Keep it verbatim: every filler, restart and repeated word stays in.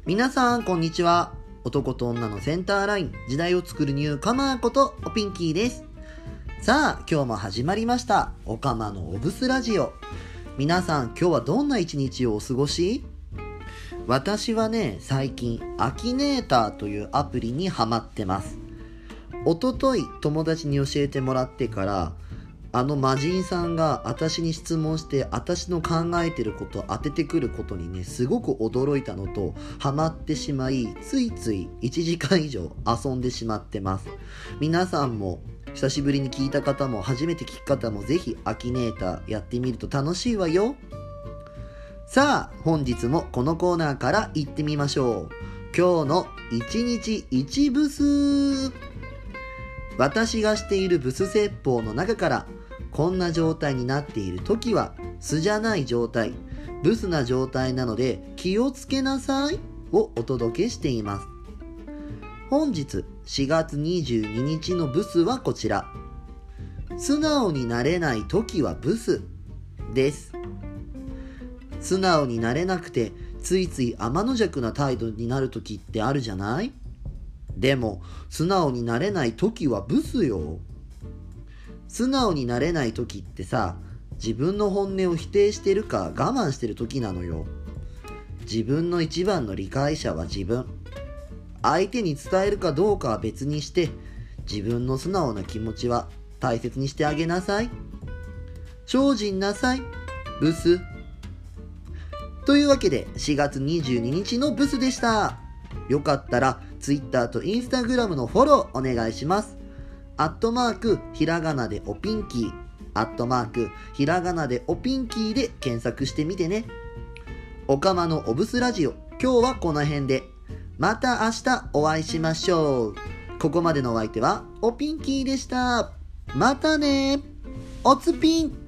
皆さんこんにちは。男と女のセンターライン、時代を作るニューカマーことおピンキーです。さあ今日も始まりましたおかまのおブスラジオ。皆さん今日はどんな一日をお過ごし？私はね、最近アキネーターというアプリにハマってます。おととい友達に教えてもらってから、あの魔人さんが私に質問して私の考えてることを当ててくることにね、すごく驚いたのとハマってしまい、ついついいちじかん以上遊んでしまってます。皆さんも久しぶりに聞いた方も初めて聞く方もぜひアキネーターやってみると楽しいわよ。さあ本日もこのコーナーから行ってみましょう。今日のいちにちいちブス。私がしているブス説法の中から、こんな状態になっている時は素じゃない状態、ブスな状態なので気をつけなさいをお届けしています。本日しがつにじゅうににちのブスはこちら。素直になれない時はブスです。素直になれなくてついつい天の弱な態度になる時ってあるじゃない？でも素直になれない時はブスよ。素直になれない時ってさ、自分の本音を否定してるか我慢してる時なのよ。自分の一番の理解者は自分。相手に伝えるかどうかは別にして、自分の素直な気持ちは大切にしてあげなさい。精進なさい、ブス。というわけでしがつにじゅうににちのブスでした。よかったら Twitter と Instagram のフォローお願いします。アットマークひらがなでおピンキー、アットマークひらがなでおピンキーで検索してみてね。おかまのおブスラジオ、今日はこの辺で。また明日お会いしましょう。ここまでのお相手はおピンキーでした。またね。おつピン。